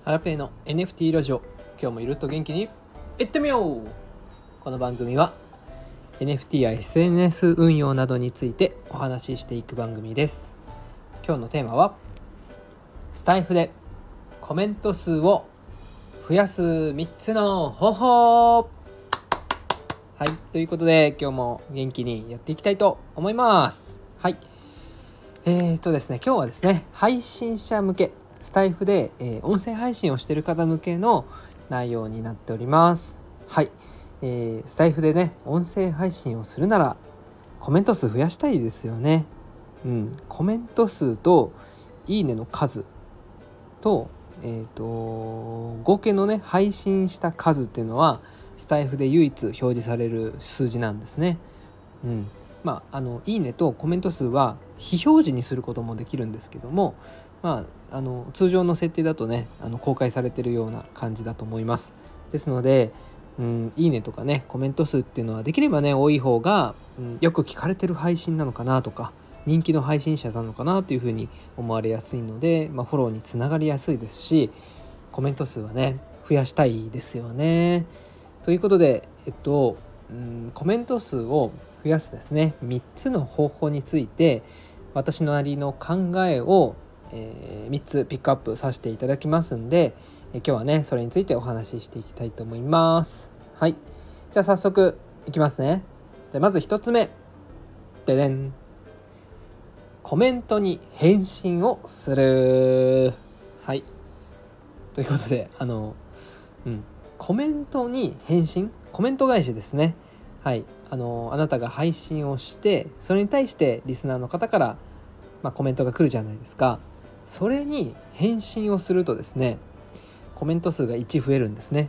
ハラペーの NFT ラジオ、今日もゆるっと元気にいってみよう。この番組は NFT や SNS 運用などについてお話ししていく番組です。今日のテーマはスタイフでコメント数を増やす3つの方法。はい、ということで今日も元気にやっていきたいと思います。はい、ですね、今日はですね、配信者向けスタイフで、音声配信をしている方向けの内容になっております。はい、スタイフでね、音声配信をするならコメント数増やしたいですよね。コメント数といいねの数と、合計のね配信した数っていうのはスタイフで唯一表示される数字なんですね。いいねとコメント数は非表示にすることもできるんですけども、通常の設定だとね公開されているような感じだと思います。ですので、いいねとかねコメント数っていうのはできればね多い方が、よく聞かれてる配信なのかなとか人気の配信者なのかなというふうに思われやすいので、フォローにつながりやすいですし、コメント数はね増やしたいですよね。ということで、コメント数を増やすですね3つの方法について私のなりの考えを、3つピックアップさせていただきますんで、今日はねそれについてお話ししていきたいと思います。はい、じゃあ早速いきますね。でまず1つ目、ででん、コメントに返信をする。はい、ということでコメントに返信、コメント返しですね。はい、あなたが配信をしてそれに対してリスナーの方から、コメントが来るじゃないですか。それに返信をするとですね、コメント数が1増えるんですね。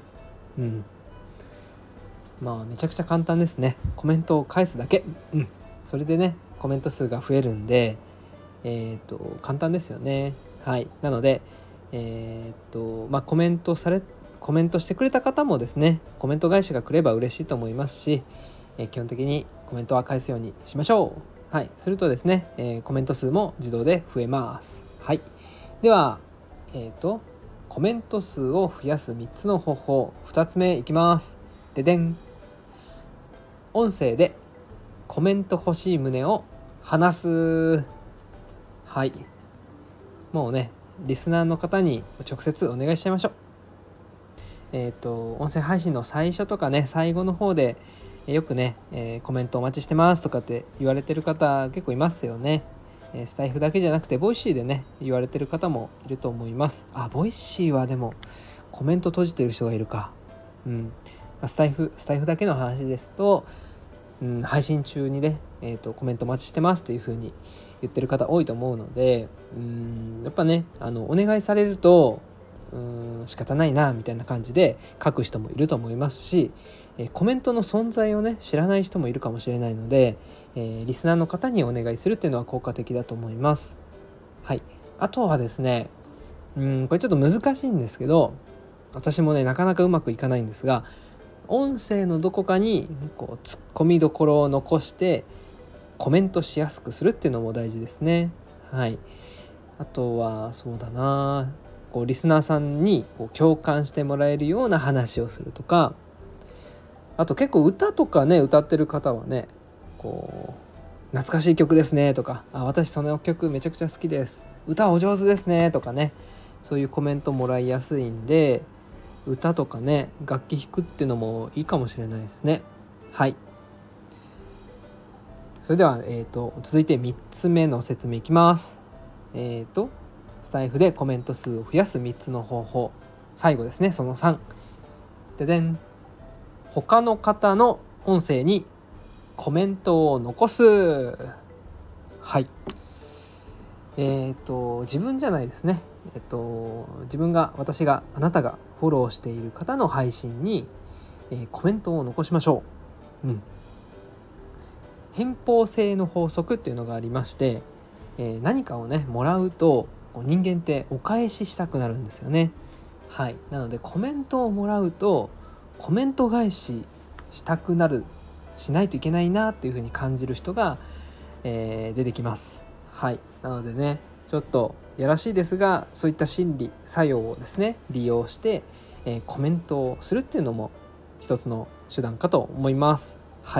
めちゃくちゃ簡単ですね。コメントを返すだけ、それでねコメント数が増えるんで、簡単ですよね。はい、なのでコメントしてくれた方もですね、コメント返しが来れば嬉しいと思いますし、基本的にコメントは返すようにしましょう。はい、するとですね、コメント数も自動で増えます。はい、では、コメント数を増やす3つの方法、2つ目いきます。ででん、音声でコメント欲しい旨を話す。はい、もうねリスナーの方に直接お願いしちゃいましょう。音声配信の最初とかね最後の方でよくね、コメントお待ちしてますとかって言われてる方結構いますよね。スタイフだけじゃなくてボイシーでね言われてる方もいると思います。ボイシーはでもコメント閉じてる人がいるか。スタイフだけの話ですと、配信中にね、コメントお待ちしてますっていう風に言ってる方多いと思うので、やっぱねお願いされると仕方ないなみたいな感じで書く人もいると思いますし、コメントの存在をね知らない人もいるかもしれないので、リスナーの方にお願いするっていうのは効果的だと思います。はい、あとはですね、これちょっと難しいんですけど、私もねなかなかうまくいかないんですが、音声のどこかにこう突っ込みどころを残してコメントしやすくするっていうのも大事ですね。はい、あとはそうだな、リスナーさんに共感してもらえるような話をするとか、あと結構歌とかね歌ってる方はね懐かしい曲ですねとか、私その曲めちゃくちゃ好きです、歌お上手ですねとかね、そういうコメントもらいやすいんで、歌とかね楽器弾くっていうのもいいかもしれないですね。はい、それでは、続いて3つ目の説明いきます。スタイフでコメント数を増やす3つの方法、最後ですね、その3、ででん、他の方の音声にコメントを残す。はい、自分じゃないですね、私があなたがフォローしている方の配信に、コメントを残しましょう。返報性の法則っていうのがありまして、何かをねもらうと人間ってお返ししたくなるんですよね。はい、なのでコメントをもらうとコメント返ししたくなる、しないといけないなっていう風に感じる人が、出てきます。はい、なのでねちょっとやらしいですが、そういった心理作用をですね利用して、コメントをするっていうのも一つの手段かと思います。はい。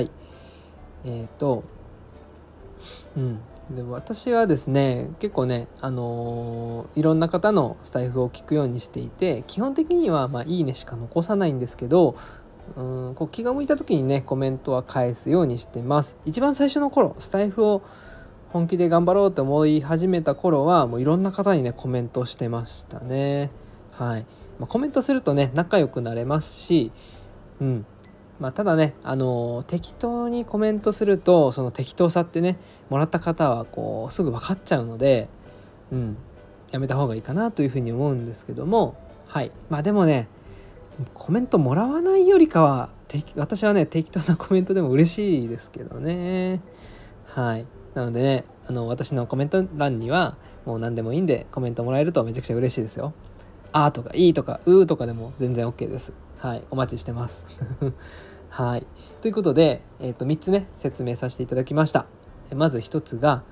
で私はですね結構ね、いろんな方のスタイフを聞くようにしていて、基本的にはいいねしか残さないんですけど、こう気が向いた時にねコメントは返すようにしてます。一番最初の頃、スタイフを本気で頑張ろうと思い始めた頃はもういろんな方にねコメントしてましたね。はい。コメントするとね仲良くなれますし、ただね、適当にコメントするとその適当さってねもらった方はこうすぐ分かっちゃうので、やめた方がいいかなというふうに思うんですけども、はい。でもね、コメントもらわないよりかは私はね適当なコメントでも嬉しいですけどね。はい。なのでね、私のコメント欄にはもう何でもいいんでコメントもらえるとめちゃくちゃ嬉しいですよ。あーとかいいとかうーとかでも全然 OK です。はい。お待ちしてますはい。ということで、3つね説明させていただきました。まず1つが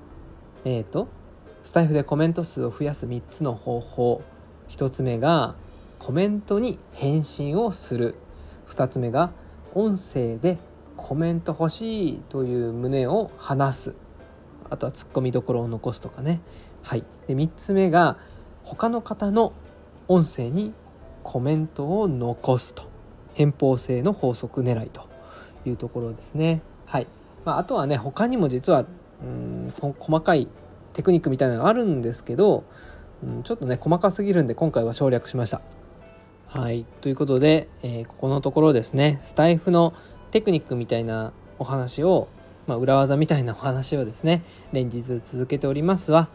スタイフでコメント数を増やす3つの方法。1つ目がコメントに返信をする。2つ目が音声でコメント欲しいという旨を話す。あとはツッコミどころを残すとかね。はい。で3つ目が他の方の音声にコメントを残すと。偏方性の法則狙いというところですね。はい。あとはね他にも実は細かいテクニックみたいなのがあるんですけど、ちょっとね細かすぎるんで今回は省略しました。はい。ということで、ここのところですねスタイフのテクニックみたいなお話を、裏技みたいなお話をですね連日続けておりますが、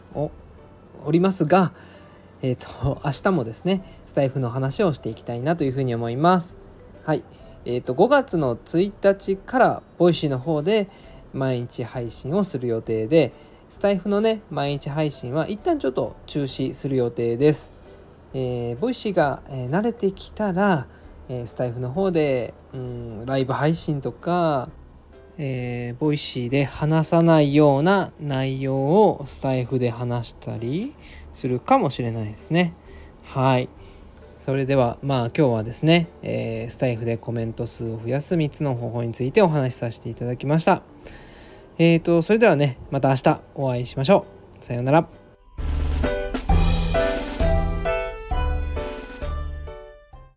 明日もですねスタイフの話をしていきたいなというふうに思います。はい。5月の1日からボイシーの方で毎日配信をする予定で、スタイフのね毎日配信は一旦ちょっと中止する予定です。ボイシーが、慣れてきたら、スタイフの方で、ライブ配信とか、ボイシーで話さないような内容をスタイフで話したりするかもしれないですね。はい。それでは今日はですね、スタイフでコメント数を増やす3つの方法についてお話しさせていただきました。それではねまた明日お会いしましょう。さようなら。